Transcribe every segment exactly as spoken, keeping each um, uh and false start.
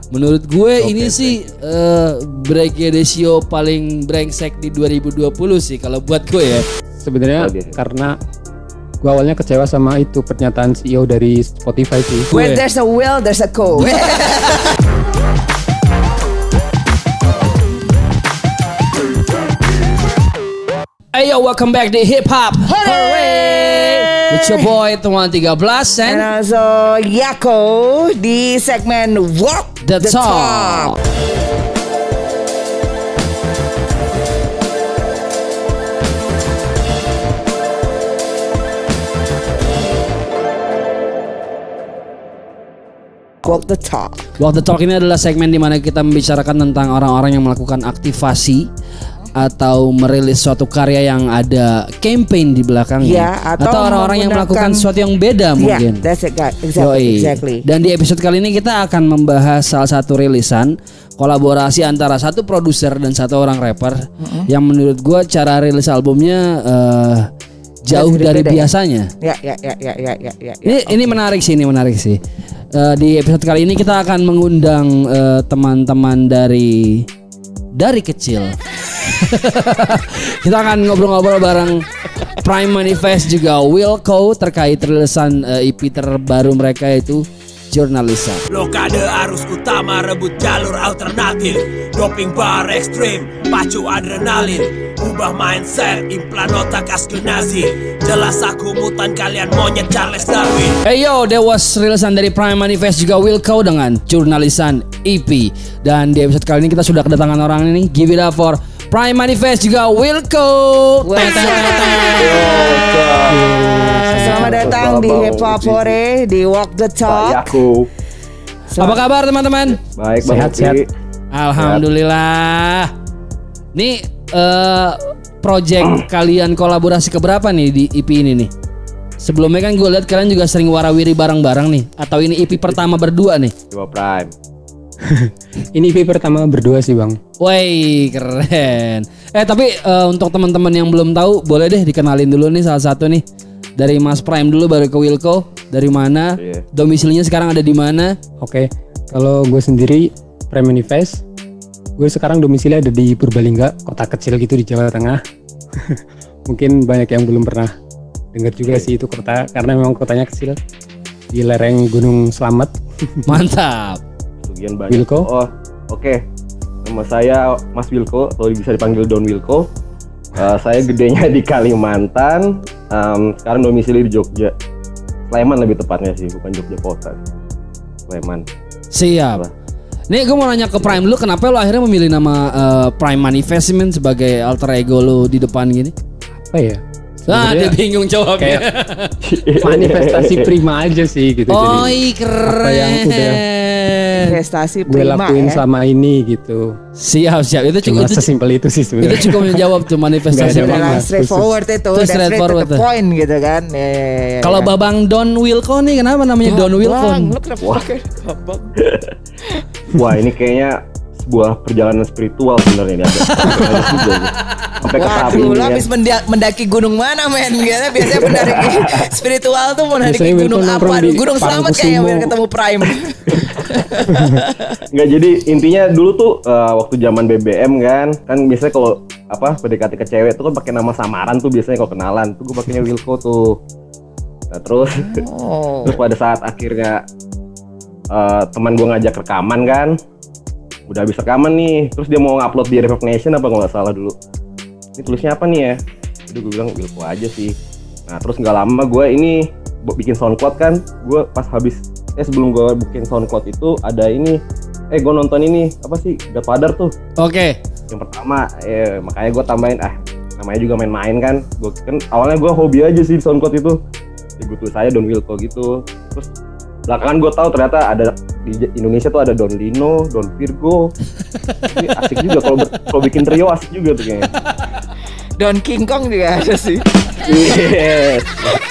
Menurut gue okay, ini okay. sih uh, break ratio paling brengsek di dua ribu dua puluh sih kalau buat gue ya. Sebenarnya okay. karena gue awalnya kecewa sama itu pernyataan C E O dari Spotify sih. Where there's a will, there's a go. Ayo, welcome back di Hip Hop Hooray! With your boy Tuan tiga belas and, and also Yako di segmen Walk the, the Talk. Talk. Walk the Talk. Walk the Talk ini adalah segmen di mana kita membicarakan tentang orang-orang yang melakukan aktivasi atau merilis suatu karya yang ada campaign di belakangnya, ya, atau, atau orang-orang yang melakukan sesuatu yang beda mungkin. Yeah, that's it, exactly, exactly. Dan di episode kali ini kita akan membahas salah satu rilisan kolaborasi antara satu produser dan satu orang rapper mm-hmm. yang menurut gue cara rilis albumnya uh, jauh ya, dari beda, biasanya. Ya, ya, ya, ya, ya, ya, ya. Ini okay. ini menarik sih, ini menarik sih. Uh, di episode kali ini kita akan mengundang uh, teman-teman dari dari kecil. Kita akan ngobrol-ngobrol bareng Prime Manifest juga Wilco terkait rilisan uh, E P terbaru mereka yaitu Jurnalisan. Blokade arus utama rebut jalur alternatif. Doping bar ekstrim, pacu adrenalin. Ubah mindset, implan otak askenazi. Jelas aku mutan, kalian monyet Charles Darwin. Hey yo, that was rilisan dari Prime Manifest juga Wilco dengan Jurnalisan E P. Dan di episode kali ini kita sudah kedatangan orang ini. Give it up for Prime Manifest juga Wilco. Selamat datang di Hip Hop Hooray di Walk the Talk. Apa kabar teman-teman? Baik, sehat, sehat. Alhamdulillah. Nih uh, project kalian kolaborasi keberapa nih di E P ini nih? Sebelumnya kan gue lihat kalian juga sering warawiri bareng-bareng nih. Atau ini E P pertama berdua nih? Dua Prime. Ini E P pertama berdua sih bang. Woi keren. Eh tapi uh, untuk teman-teman yang belum tahu, boleh deh dikenalin dulu nih salah satu nih. Dari Mas Prime dulu baru ke Wilco. Dari mana? Yeah. Domisilinya sekarang ada di mana? Oke, okay. Kalau gue sendiri Prime Manifest, gue sekarang domisili ada di Purbalingga, kota kecil gitu di Jawa Tengah. Mungkin banyak yang belum pernah dengar juga yeah. sih itu kota, karena memang kotanya kecil di lereng Gunung Slamet. Mantap. Wilco. Oh, oke. Okay. Nama saya Mas Wilco, atau bisa dipanggil Don Wilco. Uh, saya gedenya di Kalimantan, um, sekarang domisili di Jogja, Sleman lebih tepatnya sih, bukan Jogja kota, Sleman. Siap. Apa? Nih gue mau nanya ke Prime dulu, kenapa lo akhirnya memilih nama uh, Prime Manifest sebagai alter ego lo di depan gini? Apa ya? Ah dia bingung jawabnya. Manifestasi prima aja sih gitu. Oh jadi, keren. Apa yang udah investasi gue lakuin ya? Selama ini gitu. Siap siap itu cukup itu sesimpel itu sih sebenarnya. Itu cukup menjawab tuh manifestasi prima. Straightforward itu, itu straightforward to the point gitu kan. Ya, ya, ya, kalau ya. Babang Don Wilco nih kenapa namanya Don Wilco? Wah. Wah ini kayaknya sebuah perjalanan spiritual sebenarnya ini ada. Sampai ke tahap ini. Waduh, habis menda- mendaki gunung mana men? Biasanya biasanya mendaki spiritual tuh mendaki gunung apa? Gunung Slamet kayaknya biar ketemu Prime. Enggak, jadi intinya dulu tuh uh, waktu zaman B B M kan, kan biasanya kalau apa P D K T ke cewek tuh kan pakai nama samaran tuh biasanya kalau kenalan. Tuh gue pakainya Wilco tuh. Nah, terus oh. terus pada saat akhirnya uh, teman gue ngajak rekaman kan, udah habis rekaman nih, terus dia mau ngupload di Reverb Nation apa nggak salah dulu. Ini tulisnya apa nih ya? Jadi gue bilang Wilco aja sih. Nah terus nggak lama gue ini bikin SoundCloud kan, gue pas habis eh sebelum gue bikin SoundCloud itu ada ini, eh gue nonton ini apa sih Godfather tuh. Oke. Okay. Yang pertama, eh makanya gue tambahin ah namanya juga main-main kan. Gue kan awalnya gue hobi aja sih di SoundCloud itu. Ya gue tulis saya Don Wilco gitu. Terus belakangan gue tahu ternyata ada di Indonesia tuh ada Don Lino, Don Virgo. Ini asik juga kalau kalau bikin trio asik juga tuh kayaknya. Don King Kong juga ada sih. Yes.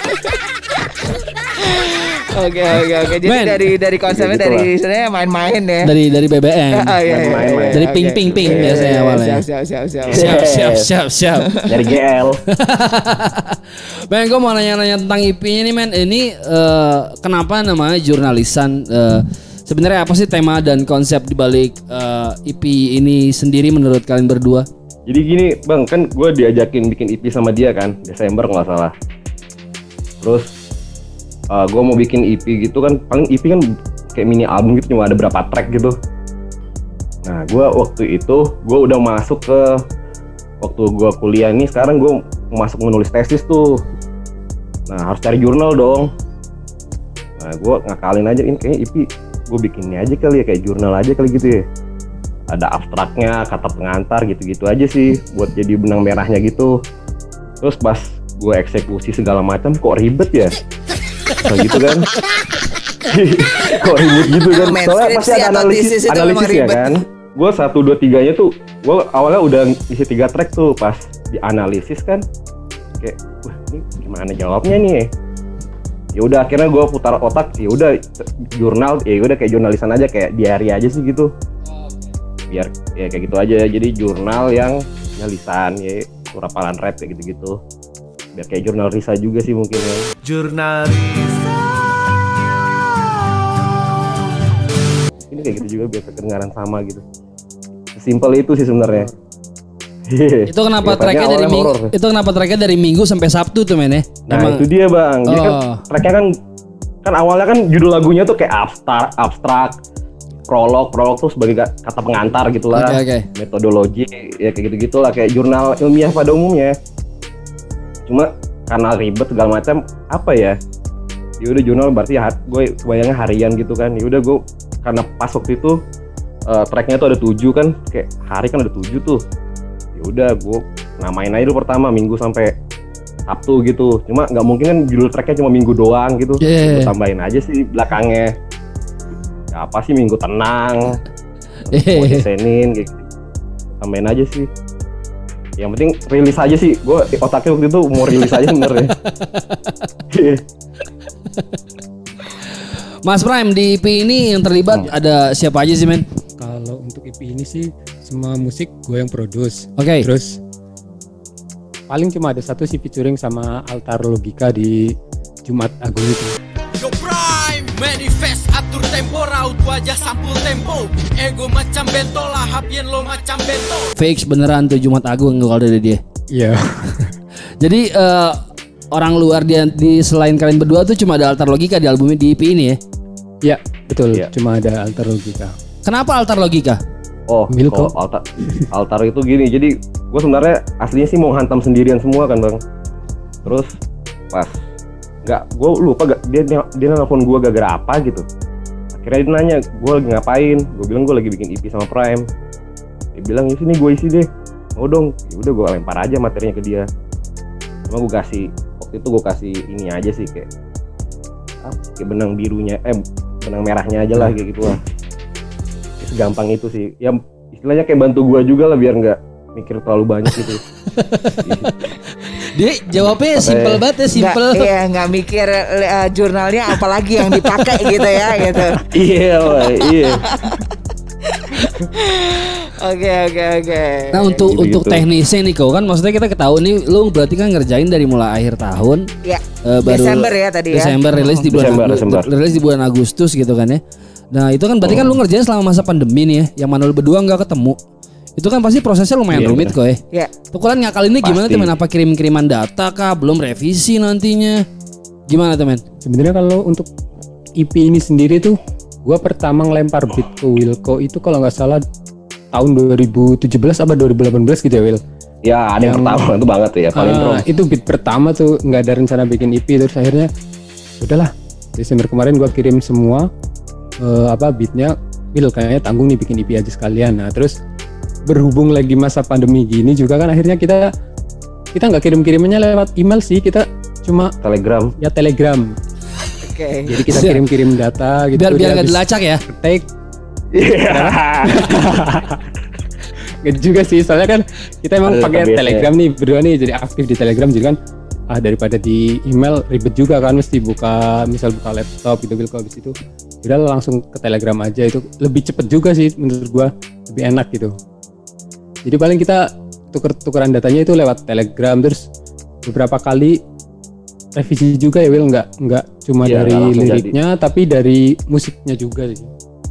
Oke oke oke. Jadi Man. dari dari konsepnya gitu dari sebenarnya main-main ya. Dari dari B B M. Oh, iya, iya, main-main. Dari ping ping ping okay. biasanya yeah, awalnya. Siap siap siap siap. Siap siap siap siap. Dari G L. Ben, gue mau nanya-nanya tentang E P-nya nih men. Ini uh, kenapa namanya Jurnalisan? Uh, Sebenarnya apa sih tema dan konsep dibalik uh, E P ini sendiri menurut kalian berdua? Jadi gini bang, kan gue diajakin bikin E P sama dia kan, Desember nggak salah. Terus uh, gue mau bikin E P gitu kan, paling E P kan kayak mini album gitu, cuma ada berapa track gitu. Nah gue waktu itu gue udah masuk ke waktu gue kuliah nih, sekarang gue masuk menulis tesis tuh. Nah harus cari jurnal dong. Nah gue ngakalin aja, ini kayaknya E P gue bikinnya aja kali ya, kayak jurnal aja kali gitu ya. Ada abstraknya, kata pengantar gitu-gitu aja sih, buat jadi benang merahnya gitu. Terus pas gue eksekusi segala macam, kok ribet ya? Kayak gitu kan. Kok ribet gitu kan. Soalnya pasti ada analisis, analisis ya kan. Gue satu, dua, tiganya tuh, gue awalnya udah isi tiga track tuh. Pas dianalisis kan, kayak, wah ini gimana jawabnya nih? Ya udah akhirnya gue putar otak, ya udah jurnal, ya udah kayak jurnalisan aja, kayak diary aja sih gitu. Biar ya kayak gitu aja, jadi jurnal yang ya lisan, ya surapalan rap kayak gitu-gitu. Biar kayak jurnal Risa juga sih mungkin ya. Jurnal Risa. Ini kayak gitu juga biar kedengaran sama gitu. Simpel itu sih sebenarnya. Itu kenapa ya, tracknya dari minggu, itu kenapa tracknya dari Minggu sampai Sabtu tuh men ya? Nah emang, itu dia bang, dia oh. kan tracknya kan kan awalnya kan judul lagunya tuh kayak abstrak, abstrak, prolog, prolog tuh sebagai kata pengantar gitulah, okay, okay. metodologi ya kayak gitu gitulah, kayak jurnal ilmiah pada umumnya. Cuma karena ribet segala macam, apa ya? Ya udah jurnal berarti ya, gue kebayangnya harian gitu kan. Ya udah gue karena pas waktu itu uh, tracknya tuh ada tujuh kan, kayak hari kan ada tujuh tuh. Ya udah gue namain aja dulu pertama Minggu sampai Sabtu gitu. Cuma nggak mungkin kan judul tracknya cuma Minggu doang gitu. Yeah. Gue tambahin aja sih belakangnya. Ya apa sih Minggu tenang, yeah. Senin gitu. Tambahin aja sih. Yang penting rilis aja sih. Gue otaknya waktu itu mau rilis aja sebenarnya. Mas Prime, di E P ini yang terlibat hmm. ada siapa aja sih men? Kalau untuk E P ini sih semua musik gue yang produce. Oke. Okay. Terus paling cuma ada satu sih featuring sama Altar Logika di Jumat Agung itu. Yo Prime, manifest atur tempo, raut wajah sampul tempo. Ego macam bento, lahapien lo macam bento. Fix beneran tuh Jumat Agung kalau dari dia. Iya. Yeah. Jadi uh, orang luar dia di selain kalian berdua tuh cuma ada Altar Logika di albumnya di E P ini ya? Iya, betul. Yeah. Cuma ada Altar Logika. Kenapa Altar Logika? Oh, kalau altar, altar itu gini. Jadi gue sebenarnya aslinya sih mau hantam sendirian semua kan bang. Terus pas nggak, gue lupa gak, dia dia nelfon gue gara-gara apa gitu. Akhirnya dia nanya gue lagi ngapain. Gue bilang gue lagi bikin E P sama Prime. Dia bilang isi nih gue isi deh. Oh dong. Ya udah gue lempar aja materinya ke dia. Cuma gue kasih waktu itu gue kasih ini aja sih kayak ah, kayak benang birunya, eh benang merahnya aja lah kayak gitu lah. Segampang itu sih. Ya istilahnya kayak bantu gua juga lah biar nggak mikir terlalu banyak gitu. Dia jawabnya simpel banget ya, simpel. Nggak, iya, nggak mikir uh, jurnalnya apalagi yang dipakai gitu ya gitu. Iya, iya. Oke oke oke. Nah untuk gitu, untuk gitu. Teknisnya nih kau kan maksudnya kita ketahui nih lu berarti kan ngerjain dari mulai akhir tahun. Ya. Uh, baru Desember ya tadi ya. Desember rilis di bulan Desember, Desember. rilis di bulan Agustus gitu kan ya. Nah itu kan berarti oh. kan lu ngerjain selama masa pandemi nih ya, yang mana lu berdua nggak ketemu. Itu kan pasti prosesnya lumayan yeah, rumit kok ya. Iya. Tuh kalian ngakalinnya gimana temen? Apa kirim-kiriman data kah? Belum revisi nantinya? Gimana temen? Sebenarnya kalau untuk E P ini sendiri tuh, gua pertama ngelempar beat ke Wilco itu kalau nggak salah tahun dua ribu tujuh belas apa dua ribu delapan belas gitu ya Will? Ya ada yang, yang pertama itu banget ya paling uh, itu beat pertama tuh nggak ada rencana bikin E P, terus akhirnya udahlah Desember kemarin gua kirim semua. Uh, apa beatnya, Will kayaknya tanggung nih bikin E P aja sekalian. Nah terus berhubung lagi masa pandemi gini juga kan akhirnya kita kita nggak kirim-kirimannya lewat email sih, kita cuma Telegram. Ya Telegram. Oke. Okay. Jadi kita kirim-kirim data gitu. Biar biar nggak dilacak ya. Take. Nggak juga sih, soalnya kan kita emang pakai Telegram nih berdua nih, jadi aktif di Telegram, jadi kan ah daripada di email ribet juga kan, mesti buka misal buka laptop gitu Will di situ. Udah langsung ke Telegram aja, itu lebih cepet juga sih menurut gua, lebih enak gitu. Jadi paling kita tuker-tukeran datanya itu lewat Telegram, terus beberapa kali revisi juga ya Will, nggak nggak cuma ya, dari liriknya jadi. Tapi dari musiknya juga sih.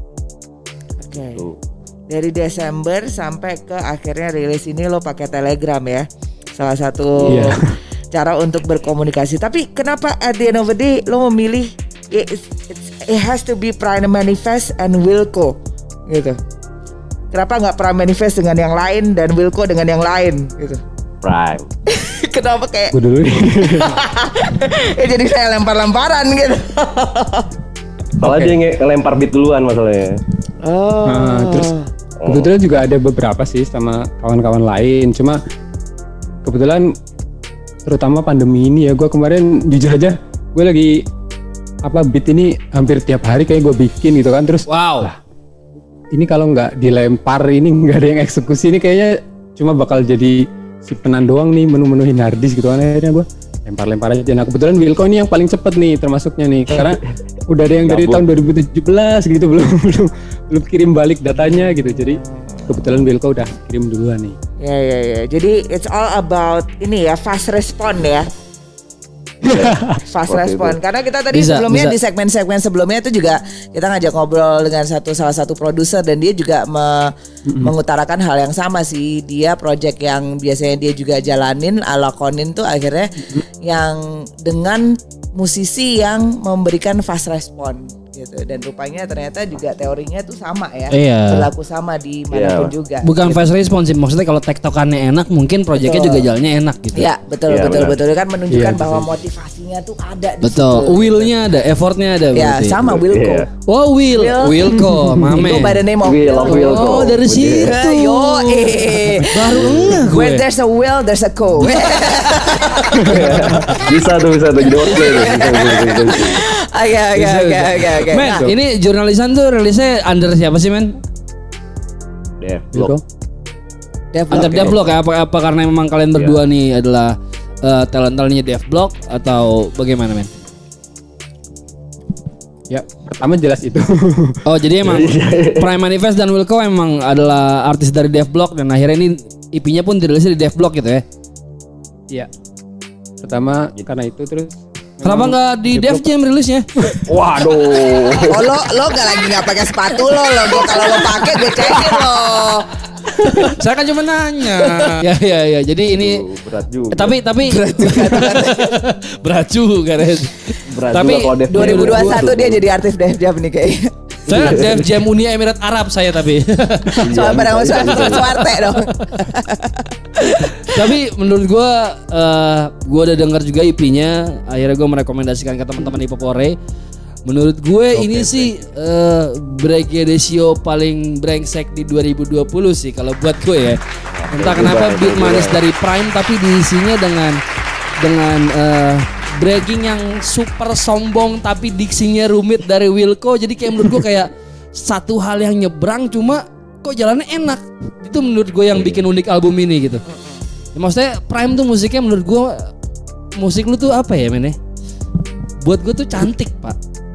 Oke. Okay. Dari Desember sampai ke akhirnya rilis ini lo pakai Telegram ya. Salah satu yeah. cara untuk berkomunikasi. Tapi kenapa at the end of the day lo memilih it, it has to be Prime Manifest and Wilco gitu. Kenapa nggak Prime Manifest dengan yang lain dan Wilco dengan yang lain gitu? Prime. Kenapa kayak? Gue dulu. Ya jadi saya lempar-lemparan gitu. Soalnya okay. dia ngelempar beat duluan masalahnya. Oh. Nah, terus kebetulan juga ada beberapa sih sama kawan-kawan lain. Cuma kebetulan terutama pandemi ini ya, gue kemarin jujur aja gue lagi apa beat ini hampir tiap hari kayak gue bikin gitu kan. Terus wow. Lah, ini kalau nggak dilempar ini nggak ada yang eksekusi ini kayaknya cuma bakal jadi si penan doang nih menu-menuhin harddisk gitu kan. Akhirnya gue lempar-lempar aja. Nah kebetulan Wilco ini yang paling cepet nih termasuknya nih karena udah ada yang dari tahun dua ribu tujuh belas gitu belum belum belum kirim balik datanya gitu. Jadi kebetulan Wilco udah kirim duluan nih. Ya ya ya. Jadi it's all about ini ya, fast respond ya. Fast respon. Karena kita tadi bisa, sebelumnya bisa. Di segmen-segmen sebelumnya itu juga kita ngajak ngobrol dengan satu salah satu produser dan dia juga me, mm-hmm. mengutarakan hal yang sama sih. Dia project yang biasanya dia juga jalanin ala Konin tuh akhirnya mm-hmm. yang dengan musisi yang memberikan fast respon gitu. Dan rupanya ternyata juga teorinya tuh sama ya. Iya. Berlaku sama di manapun iya. juga. Bukan gitu. Fast respon sih, maksudnya kalau tektokannya enak mungkin proyeknya juga jalannya enak gitu. Iya, betul ya, betul betul, betul kan menunjukkan ya, bahwa motivasinya tuh ada di betul. situ. Will-nya ada, effortnya ada ya, berarti. sama Wilco. Yeah. Oh, Will, Will. Wilco, mame. Go by the name of Will, Wilco. Oh, dari situ. Yo, eh. Baru enggak gue. Where there's a will, there's a co. Bisa tuh, bisa tuh jadi wordplay tuh. Oke, oke, oke, oke, oke. Men, ini jurnalisan tuh rilisnya under siapa sih, men? Devblog. Under Devblog ya? Apa, apa karena memang kalian berdua yeah. nih adalah uh, talent-talentnya Devblog atau bagaimana, men? Ya, pertama jelas itu. Oh, jadi emang Prime Manifest dan Wilco emang adalah artis dari Devblog dan akhirnya ini E P-nya pun dirilisnya di Devblog gitu ya? Iya. Pertama karena itu terus. Kenapa nggak di Def Jam rilisnya? Waduh. Oh lo lo nggak lagi nggak pakai sepatu lo lo gue kalau lo pakai gue cekin lo. Saya kan cuma nanya. Ya ya ya. Jadi ini Aduh, berat juga. Tapi tapi berat juga kan. Berat tapi juga dua ribu dua puluh satu dia jadi artis Def Jam nih kayaknya. Saya Def Jam Uni Emirat Arab saya tapi. Soal barang suarte dong. Tapi menurut gue, uh, gue udah dengar juga E P-nya. Akhirnya gue merekomendasikan ke teman-teman Hipopore. Menurut gue okay, ini okay. sih uh, Breakadesio paling brengsek di dua ribu dua puluh sih kalau buat gue ya. Entah kenapa beat manis dari Prime tapi diisinya dengan dengan uh, breaking yang super sombong tapi diksinya rumit dari Wilco. Jadi kayak menurut gue kayak satu hal yang nyebrang cuma kok jalannya enak. Itu menurut gue yang bikin unik album ini gitu. Ya, maksudnya Prime tuh musiknya menurut gue, musik lu tuh apa ya men ya? Buat gue tuh cantik pak,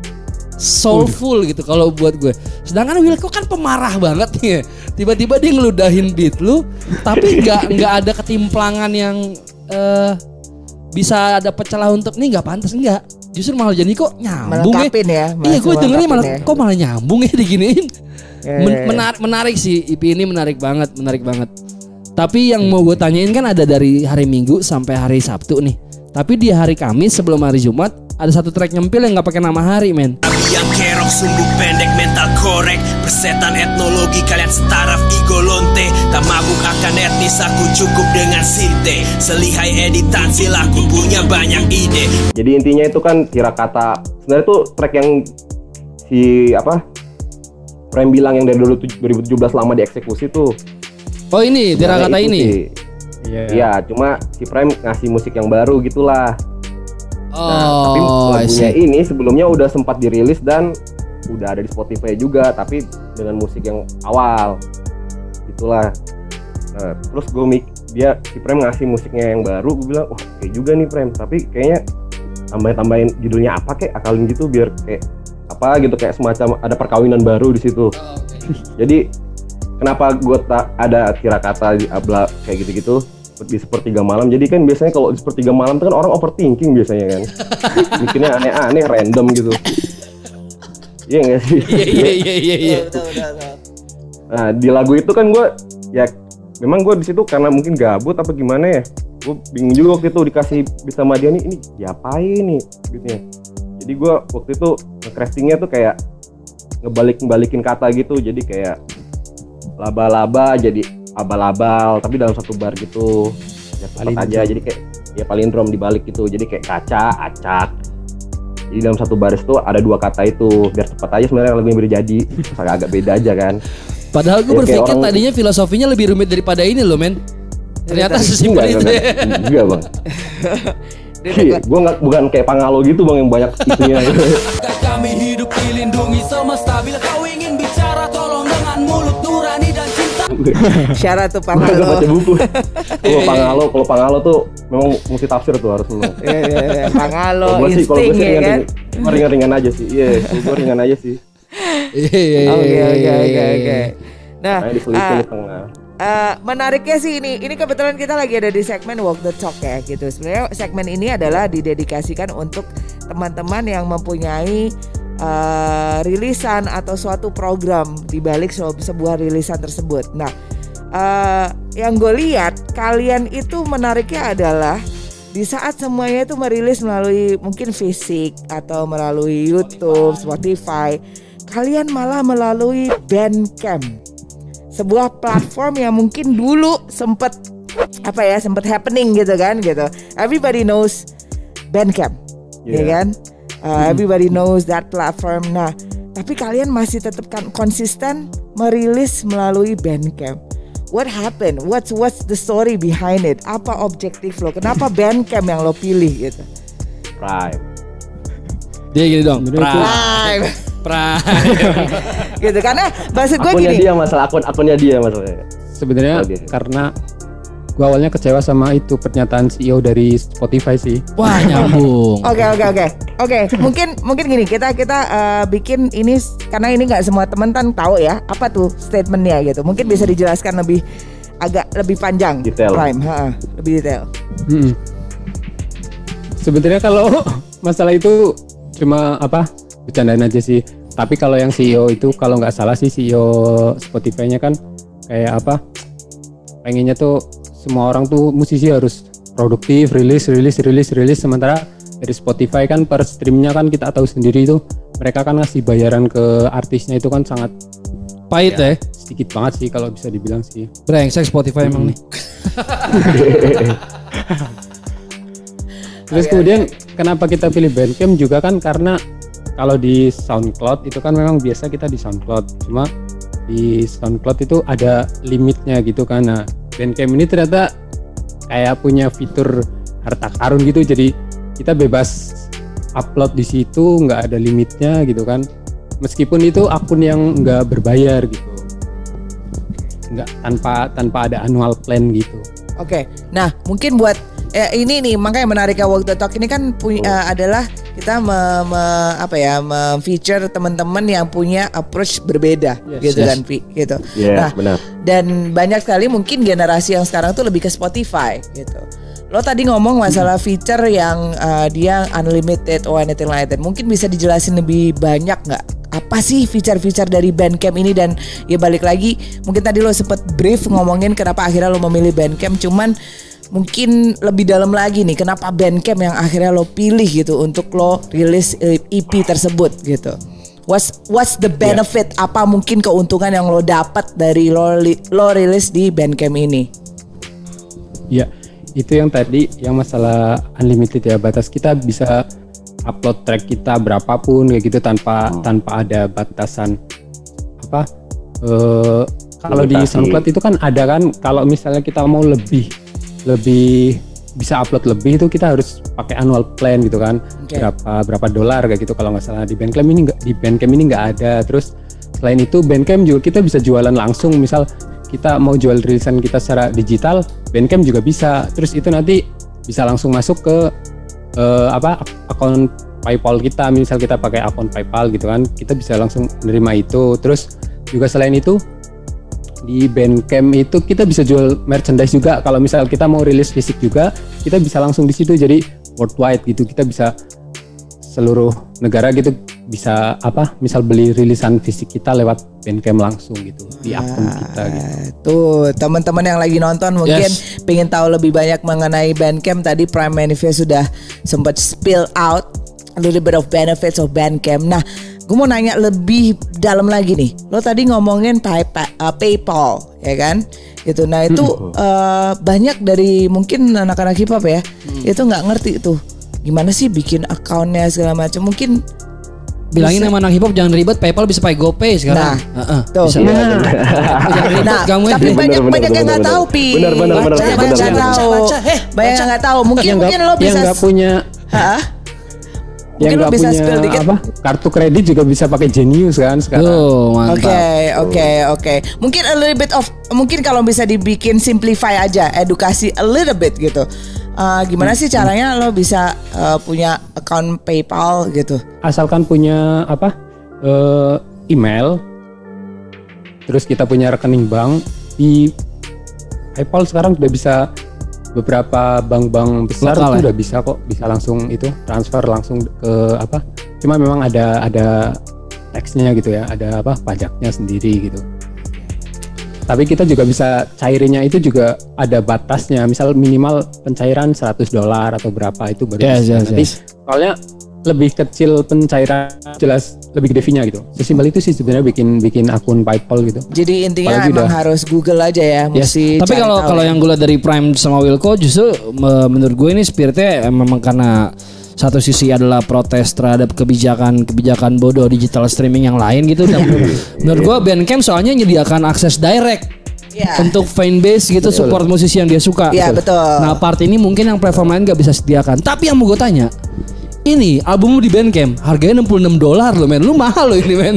soulful gitu kalau buat gue. Sedangkan Wilco kan pemarah banget nih ya. Tiba-tiba dia ngeludahin beat lu tapi nggak nggak ada ketimplangan yang uh, bisa ada celah untuk nih nggak pantas enggak. Justru malah jadi kok nyambung ya. ya iya gue dengerin malah ya. Kok malah nyambung ya diginiin. Men- menarik, menarik sih E P ini menarik banget, menarik banget. Tapi yang mau gue tanyain kan ada dari hari Minggu sampai hari Sabtu nih. Tapi di hari Kamis sebelum hari Jumat ada satu track nyempil yang nggak pakai nama hari men. Yang kerok sumbu pendek mental korek, persetan etnologi kalian setaraf ego lonte, tak mabuk akan etnis aku cukup dengan sinte, selihai editan silaku punya banyak ide. Jadi intinya itu kan tirakata sebenarnya tuh track yang si apa Prime bilang yang dari dulu dua ribu tujuh belas lama dieksekusi tuh. Oh ini tirakata ini. Iya, yeah. Cuma si Prime ngasih musik yang baru gitulah. Oh, nah, tapi lagunya ini sebelumnya udah sempat dirilis dan udah ada di Spotify juga, tapi dengan musik yang awal, gitulah. Nah, terus gue mik dia si Prime ngasih musiknya yang baru, gue bilang, wah kayak juga nih Prime, tapi kayaknya tambahin-tambahin judulnya apa kayak akalin gitu biar kayak apa gitu kayak semacam ada perkawinan baru di situ. Oh, okay. Jadi kenapa gue tak ada kira-kata di abla kayak gitu-gitu di sepertiga malam. Jadi kan biasanya kalau di sepertiga malam itu kan orang overthinking biasanya kan. Bikinnya aneh-aneh random gitu. Iya enggak sih? Iya iya iya iya. Nah di lagu itu kan gue ya memang gue di situ karena mungkin gabut apa gimana ya, gue bingung juga waktu itu dikasih beat sama dia nih, ini diapain nih beatnya. Jadi gue waktu itu nge-craftingnya tuh kayak ngebalik-ngebalikin kata gitu, jadi kayak laba-laba jadi abal-abal tapi dalam satu bar gitu ya cepat aja, jadi kayak ya palindrom dibalik gitu, jadi kayak kaca, acak. Jadi dalam satu baris tuh ada dua kata itu, biar cepat aja sebenarnya lebih berjadi, agak beda aja kan. Padahal gue ya, berpikir orang... tadinya filosofinya lebih rumit daripada ini loh men. Ternyata sesimpel itu ya. Enggak bang. Iya, gue nggak bukan kayak Pangalo gitu bang yang banyak itunya. Kami hidup dilindungi semesta, bila kau ingin bicara tolong dengan mulut nurani dan cinta. Syarat tuh Pangalo. Gue baca buku. Kalau Pangalo, kalau Pangalo tuh memang mesti tafsir tuh harus memang. Iya iya Pangalo insting ya kan. Gue ringan-ringan aja sih. Iya, gue ringan aja sih. Oke oke oke oke. Nah, di tengah. Uh, menariknya sih ini, ini kebetulan kita lagi ada di segmen Walk the Talk ya gitu. Sebenarnya segmen ini adalah didedikasikan untuk teman-teman yang mempunyai uh, rilisan atau suatu program di balik sebuah rilisan tersebut. Nah, uh, yang gue lihat kalian itu menariknya adalah di saat semuanya itu merilis melalui mungkin fisik atau melalui YouTube, Spotify, kalian malah melalui Bandcamp. Sebuah platform yang mungkin dulu sempat apa ya sempat happening gitu kan gitu. Everybody knows Bandcamp, yeah. ya kan? Uh, everybody knows that platform. Nah, tapi kalian masih tetap kan konsisten merilis melalui Bandcamp. What happened? What's what's the story behind it? Apa objektif lo? Kenapa Bandcamp yang lo pilih gitu? Prime. Dia gini dong. Prime. Prime. Gitu karena maksud gue akunnya gini. Dia masalah akun akunnya dia masalahnya. Sebenarnya okay. Karena gue awalnya kecewa sama itu pernyataan C E O dari Spotify sih. Wah nyambung. Oke oke oke oke mungkin mungkin gini kita kita uh, bikin ini karena ini nggak semua teman kan tahu ya apa tuh statementnya gitu. Mungkin bisa dijelaskan lebih agak lebih panjang. Detail. Prime, ha, lebih detail. Hmm. Sebenarnya kalau masalah itu cuma apa bercandaan aja sih. Tapi kalau yang C E O itu kalau nggak salah sih C E O Spotify-nya kan kayak apa? Pengennya tuh semua orang tuh musisi harus produktif, rilis, rilis, rilis, rilis. Sementara dari Spotify kan per streamnya kan kita tahu sendiri itu mereka kan ngasih bayaran ke artisnya itu kan sangat pahit ya, ya. Sedikit banget sih kalau bisa dibilang sih. Brengsek Spotify hmm. emang nih. Terus kemudian kenapa kita pilih Bandcamp juga kan karena kalau di SoundCloud itu kan memang biasa kita di SoundCloud, cuma di SoundCloud itu ada limitnya gitu kan. Nah, Bandcamp ini ternyata kayak punya fitur harta karun gitu, jadi kita bebas upload di situ, nggak ada limitnya gitu kan. Meskipun itu akun yang nggak berbayar gitu, nggak tanpa tanpa ada annual plan gitu. Oke, nah mungkin buat eh, ini nih makanya menariknya Walk the Talk ini kan punya uh, adalah kita me, me, apa ya me-feature teman-teman yang punya approach berbeda yes, gitu yes. kan Pi gitu. Yeah, nah, benar. Dan banyak sekali mungkin generasi yang sekarang tuh lebih ke Spotify gitu. Lo tadi ngomong masalah feature yang uh, dia unlimited or anything like that. Mungkin bisa dijelasin lebih banyak nggak? Apa sih feature-feature dari Bandcamp ini dan ya balik lagi mungkin tadi lo sempet brief ngomongin kenapa akhirnya lo memilih Bandcamp, cuman mungkin lebih dalam lagi nih kenapa Bandcamp yang akhirnya lo pilih gitu untuk lo rilis E P tersebut gitu. What's what's the benefit? Yeah. Apa mungkin keuntungan yang lo dapat dari lo lo rilis di Bandcamp ini? Ya, itu yang tadi yang masalah unlimited ya, batas kita bisa upload track kita berapapun kayak gitu tanpa hmm. tanpa ada batasan apa? Uh, kalau di SoundCloud itu kan ada kan kalau misalnya kita mau lebih lebih bisa upload lebih itu kita harus pakai annual plan gitu kan. Okay. berapa berapa dolar kayak gitu. Kalau nggak salah di Bandcamp ini nggak di Bandcamp ini nggak ada. Terus selain itu Bandcamp juga kita bisa jualan langsung, misal kita mau jual rilisan kita secara digital Bandcamp juga bisa. Terus itu nanti bisa langsung masuk ke uh, apa akun PayPal kita, misal kita pakai akun PayPal gitu kan, kita bisa langsung menerima itu. Terus juga selain itu di Bandcamp itu kita bisa jual merchandise juga. Kalau misal kita mau rilis fisik juga, kita bisa langsung di situ. Jadi worldwide gitu, kita bisa seluruh negara gitu bisa apa misal beli rilisan fisik kita lewat Bandcamp langsung gitu di akun kita gitu. Tuh teman-teman yang lagi nonton mungkin yes. pengen tahu lebih banyak mengenai Bandcamp, tadi Prime Manifest sudah sempat spill out a little bit of benefits of Bandcamp. Nah, gue mau nanya lebih dalam lagi nih. Lo tadi ngomongin pay, pay, uh, PayPal ya kan? Gitu. Nah itu hmm. uh, banyak dari mungkin anak-anak hip hop ya, hmm. itu nggak ngerti tuh gimana sih bikin akunnya segala macam. Mungkin bilangin sama anak hip hop jangan ribet, PayPal bisa pakai GoPay sekarang. Nah, uh-uh, tuh. Bisa. Nah, nah tapi banyak banyak yang nggak tahu pi. Benar benar benar. Banyak yang nggak tahu. Banyak yang nggak tahu. Mungkin yang mungkin gak, lo bisa. Yang nggak punya. Hah? Yang nggak punya dikit. Apa? Kartu kredit juga bisa pakai Genius kan sekarang. Oh, mantap. Oke oke oke. Mungkin a little bit of mungkin kalau bisa dibikin simplify aja, edukasi a little bit gitu. Uh, gimana sih caranya lo bisa uh, punya account PayPal gitu? Asalkan punya apa uh, email, terus kita punya rekening bank di PayPal sekarang udah bisa beberapa bank-bank besar lokal, itu ya? Udah bisa kok, bisa langsung itu transfer langsung ke apa? Cuma memang ada ada taxnya gitu ya, ada apa pajaknya sendiri gitu. Tapi kita juga bisa cairinnya itu juga ada batasnya, misal minimal pencairan seratus dolar atau berapa itu baru yes, bisa. yes, Nanti yes. soalnya lebih kecil pencairan jelas lebih gede fee-nya gitu. Sesimpel itu sih sebenarnya bikin bikin akun PayPal gitu. Jadi intinya apalagi emang udah, harus Google aja ya, yes. mesti. Tapi kalau kalau yang gue lihat dari Prime sama Wilco justru menurut gue ini spiritnya memang karena satu sisi adalah protes terhadap kebijakan-kebijakan bodoh digital streaming yang lain gitu. Dan menurut gue Bandcamp soalnya menyediakan akses direct yeah. untuk fanbase gitu, betul. Support musisi yang dia suka. Iya yeah, betul. Nah part ini mungkin yang platform lain gak bisa sediakan. Tapi yang mau gue tanya, ini album lu di Bandcamp harganya enam puluh enam dolar loh men. Lu mahal loh ini men.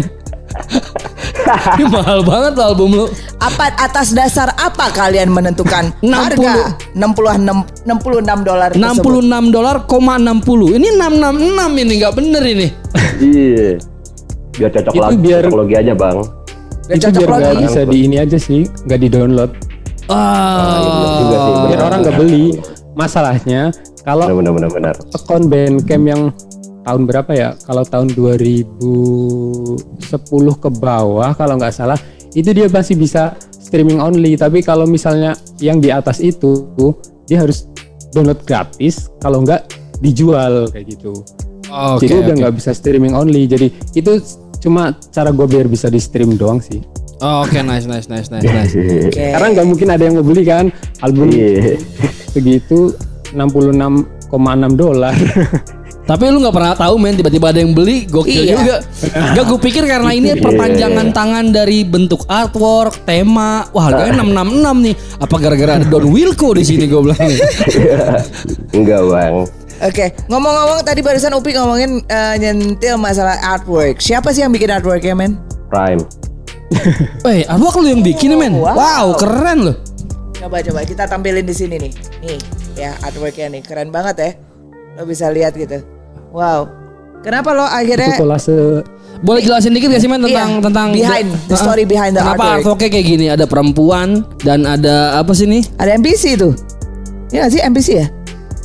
Ini mahal banget loh album lu. Apa atas dasar apa kalian menentukan harga enam puluh enam dolar tersebut? enam puluh enam dolar koma enam puluh. Ini enam enam enam ini nggak bener ini. Iya. Biar cocok itu lagi, biar, cocok logi aja bang. Biar itu cocok biar lagi. nggak bisa di ini aja sih, nggak di download. Ah, ah juga sih, biar orang nggak beli. Masalahnya kalau benar benar benar. Akun Bandcamp yang tahun berapa ya? Kalau tahun dua ribu sepuluh ke bawah kalau nggak salah, itu dia masih bisa streaming only. Tapi kalau misalnya yang di atas itu, dia harus download gratis. Kalau nggak dijual kayak gitu. okay, Jadi udah okay. nggak bisa streaming only. Jadi itu cuma cara gue biar bisa di stream doang sih. Oh, Oke, okay, nice, nice, nice, nice, nice. Okay. Karena nggak mungkin ada yang mau beli kan album yeah. segitu enam puluh enam koma enam dolar. Tapi lu nggak pernah tahu men, tiba-tiba ada yang beli, gokil iya. juga. Gak gue pikir karena ini perpanjangan tangan dari bentuk artwork, tema. Wah harganya enam enam enam nih. Apa gara-gara ada Don Wilco di sini gue bilang nih. Enggak bang. Oke, okay. ngomong-ngomong tadi barusan Upi ngomongin uh, nyentil masalah artwork. Siapa sih yang bikin artworknya men? Prime. Weh, artwork lu yang bikin nih men. Wow. Wow, keren loh. Coba-coba kita tampilin di sini nih. Nih, ya artworknya nih, keren banget ya. Lo bisa lihat gitu. Wow. Kenapa lo akhirnya? Itu kolase. Boleh jelasin dikit gak sih men tentang iya, tentang behind the story behind the kenapa artwork? artworknya kayak gini? Ada perempuan dan ada apa sih nih? Ada M P C tuh. Ya sih M P C ya?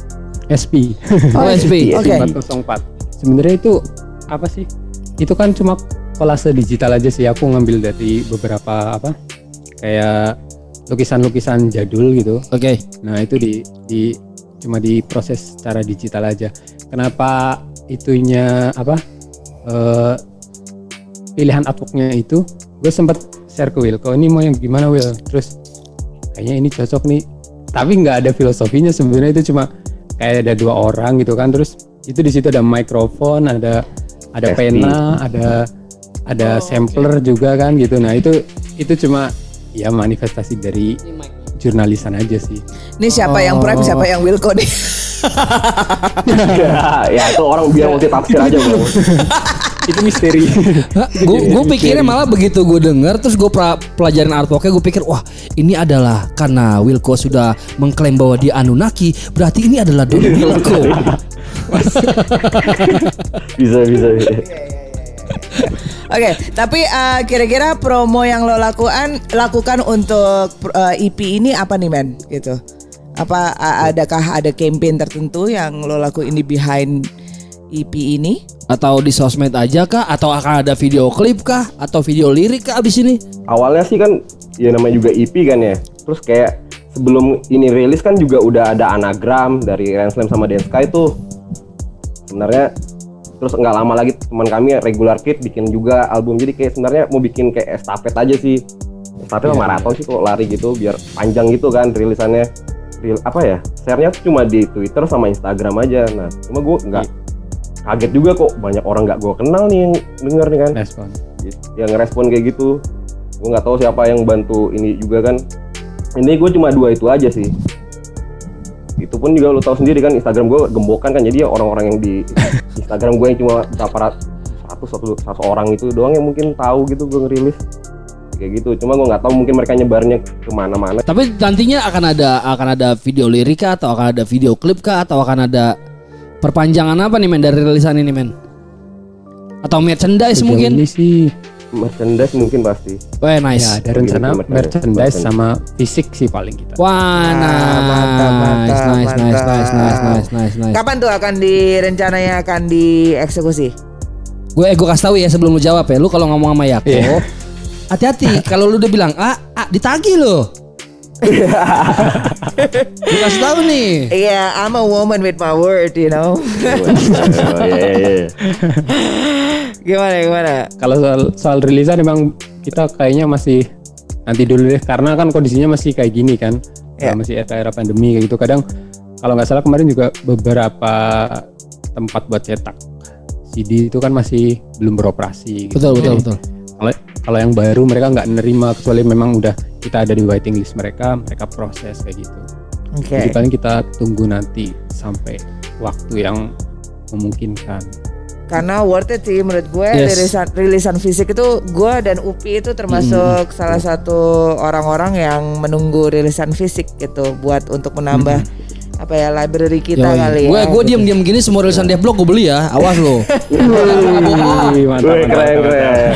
S P. Oh, S P. Oke. empat nol empat. Sebenarnya itu apa sih? Itu kan cuma kolase digital aja sih. Aku ngambil dari beberapa apa? Kayak lukisan-lukisan jadul gitu. Oke. Okay. Nah, itu di di cuma diproses secara digital aja. Kenapa itunya apa? Uh, pilihan artworknya itu gue sempat share ke Will. Kau ini mau yang gimana Will? Terus kayaknya ini cocok nih. Tapi nggak ada filosofinya sebenarnya, itu cuma kayak ada dua orang gitu kan. Terus itu di situ ada mikrofon, ada ada S P. pena, ada ada oh, sampler okay. juga kan gitu. Nah itu itu cuma ya manifestasi dari jurnalisan aja sih. Ini siapa oh. yang Prime, siapa yang Wilco nih? ya, ya itu orang biar multi tafsir aja bang. Itu misteri. Gue gue pikirnya malah begitu gue denger terus gue pelajarin artworknya, gue pikir wah ini adalah karena Wilco sudah mengklaim bahwa dia Anunnaki, berarti ini adalah Don Wilco. bisa bisa. bisa. Oke, okay, tapi uh, kira-kira promo yang lo lakukan lakukan untuk uh, E P ini apa nih men? Gitu. Apa uh, adakah ada campaign tertentu yang lo lakuin di behind E P ini? Atau di sosmed aja kah? Atau akan ada video klip kah? Atau video lirik kah abis ini? Awalnya sih kan ya namanya juga E P kan ya. Terus kayak sebelum ini rilis kan juga udah ada anagram dari Renslam sama Denska itu. Sebenarnya terus nggak lama lagi teman kami Regular Kid bikin juga album. Jadi kayak sebenarnya mau bikin kayak estafet aja sih. Estafet yeah, maraton yeah. sih kok lari gitu biar panjang gitu kan rilisannya. Real, apa ya? Share-nya tuh cuma di Twitter sama Instagram aja. Nah, cuma gue nggak kaget juga kok banyak orang nggak gue kenal nih yang denger nih kan. Respon. Yang ngerespon kayak gitu. Gue nggak tahu siapa yang bantu ini juga kan. Ini gue cuma dua itu aja sih. Itu pun juga lo tahu sendiri kan Instagram gue gembokan kan, jadi ya orang-orang yang di Instagram gue yang cuma berapa ratus satu satu orang itu doang yang mungkin tahu gitu gue ngerilis kayak gitu. Cuma gue nggak tahu mungkin mereka nyebarnya kemana-mana. Tapi nantinya akan ada akan ada video lirik kah, atau akan ada video klip kah, atau akan ada perpanjangan apa nih men dari rilisan ini men? Atau merchandise Sejauh mungkin? Ini sih merchandise mungkin pasti. Wah nice. Ya, ada rencana merchandise sama fisik sih paling kita. Wah nice, Ah, mantap, mantap, nice, nice, mantap. nice, nice, nice, nice, nice. Kapan tuh akan direncananya akan dieksekusi? Gue eh, gue kasih tahu ya sebelum lu jawab ya. Lu kalau ngomong sama Yako, Yeah. hati-hati. Kalau lu udah bilang A, A ditagih lo. Gue kasih tahu nih. Iya, yeah, I'm a woman with my word, you know. Oh, iya, iya, iya. Gimana gimana? Kalau soal, soal rilisan memang kita kayaknya masih nanti dulu deh, karena kan kondisinya masih kayak gini kan. Yeah. Masih era-era pandemi kayak gitu. Kadang kalau nggak salah kemarin juga beberapa tempat buat cetak C D itu kan masih belum beroperasi gitu. Betul, betul, betul. Kalau kalau yang baru mereka nggak nerima kecuali memang udah kita ada di waiting list mereka, mereka proses kayak gitu. Oke. Okay. Jadi paling kita tunggu nanti sampai waktu yang memungkinkan. Karena worth it sih menurut gue. Yes. rilisan rilisan fisik itu gue dan Upi itu termasuk hmm. salah satu orang-orang yang menunggu rilisan fisik gitu buat untuk menambah hmm. apa ya library kita Yoi. kali Gue ya. gue diam-diam gini semua rilisan Devblog gue beli ya. Awas lo. Wih, mantap, Wih, mantap, keren, mantap, keren.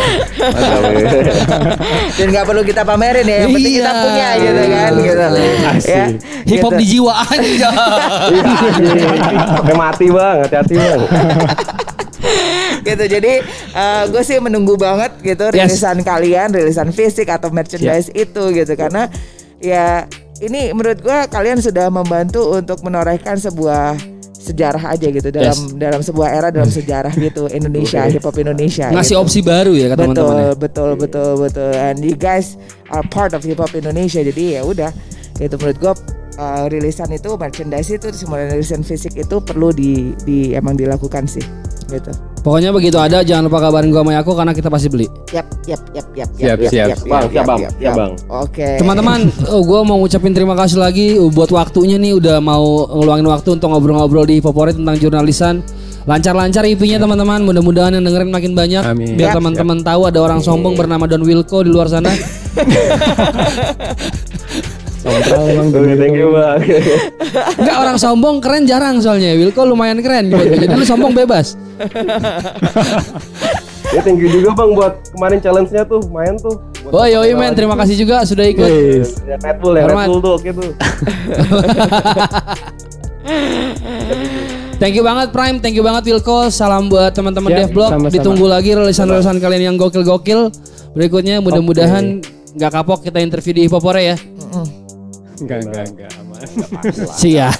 Dan nggak perlu kita pamerin ya, yang penting kita Iya. punya gitu kan gitu. Asik. Ya. Hip hop gitu. di jiwa aja. Sampai mati bang, hati-hati bang. Gitu jadi uh, gue sih menunggu banget gitu Yes. rilisan kalian, rilisan fisik atau merchandise itu gitu karena ya ini menurut gue kalian sudah membantu untuk menorehkan sebuah sejarah aja gitu dalam Yes. dalam sebuah era dalam sejarah gitu Indonesia, hip hop Indonesia. Ngasih gitu. opsi baru ya ke betul, teman-teman ya. betul, betul, betul. And you guys are part of hip hop Indonesia. Jadi ya udah, gitu menurut gue uh, rilisan itu, merchandise itu, semua rilisan fisik itu perlu di, di emang dilakukan sih, gitu. Pokoknya begitu ada jangan lupa kabarin gua sama Yako karena kita pasti beli. Yap, yap, yap, yap, Siap, yap, siap. yap, Bang, yap, siap, Bang. yap, Siap, yap. Bang. Oke. Teman-teman, oh, gue mau ngucapin terima kasih lagi buat waktunya nih udah mau ngeluangin waktu untuk ngobrol-ngobrol di Favorit tentang jurnalisan. Lancar-lancar I P-nya teman-teman, mudah-mudahan yang dengerin makin banyak. Amin. Biar Yap. teman-teman tahu ada orang sombong bernama Don Wilco di luar sana. Sombral emang Oke, thank you bang. Enggak, orang sombong keren jarang soalnya. Wilco lumayan keren buat gue. Jadi lu sombong bebas. Ya thank you juga bang buat kemarin challenge-nya tuh, main tuh. Oh yoi men, terima kasih juga sudah ikut. Yes. Ya Red Bull ya, Hormat. Red Bull tuh, oke tuh. Thank you banget Prime, thank you banget Wilco. Salam buat teman-teman Siap, Devblog. sama-sama. Ditunggu lagi rilisan-rilisan kalian yang gokil-gokil berikutnya. Mudah-mudahan nggak kapok kita interview di Hipopore ya. Enggak, enggak, enggak aman. Siap.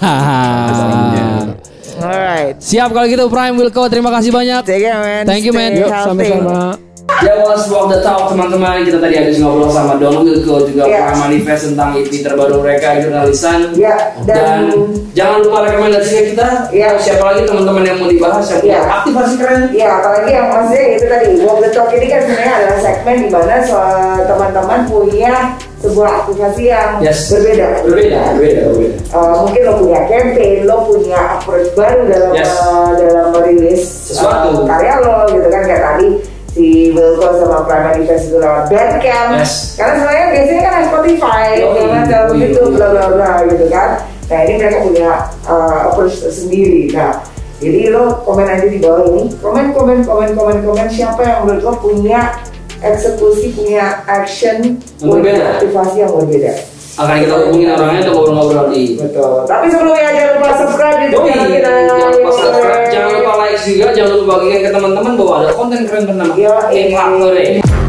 Alright. Siap kalau gitu Prime, Wilco, terima kasih banyak. Take care, man. Thank you, man. Stay Yuk, healthy. sama-sama. That was Walk the Talk teman-teman. Kita tadi habis ngobrol sama Don Wilco juga Yes. pernah manifest tentang I P terbaru mereka jurnalisan. Ya, Dan, dan, jangan lupa rekomendasinya kita. Ya. Siapa lagi teman-teman yang mau dibahas yang punya Ya. aktivasi keren? ya apalagi yang maksudnya itu tadi Walk the Talk ini kan sebenarnya adalah segmen di mana so- teman-teman punya sebuah aktivasi yang Yes. berbeda. Berbeda, berbeda, berbeda. Uh, mungkin lo punya campaign, lo punya approach baru dalam Yes. uh, dalam merilis Sesuatu. uh, karya lo gitu kan, kayak tadi si Wilco sama Prime Manifest itu lewat Bandcamp. Yes. Karena sebenarnya biasanya kan ada Spotify, Yoi, segala macam yoi, gitu, yoi. bla bla bla gitu kan. Nah ini mereka punya uh, approach tersendiri. Nah jadi lo komen aja di bawah ini, komen komen komen komen komen siapa yang menurut lo punya eksekusi, punya action, Yang berbeda. punya aktivasi yang berbeda. akan kita hubungin orangnya untuk ngobrol-ngobrol di. Betul. Tapi sebelumnya jangan lupa subscribe di channel kita. Jangan lupa subscribe, jangan lupa like juga, jangan lupa bagikan ke teman-teman bahwa ada konten keren bernama King Factory.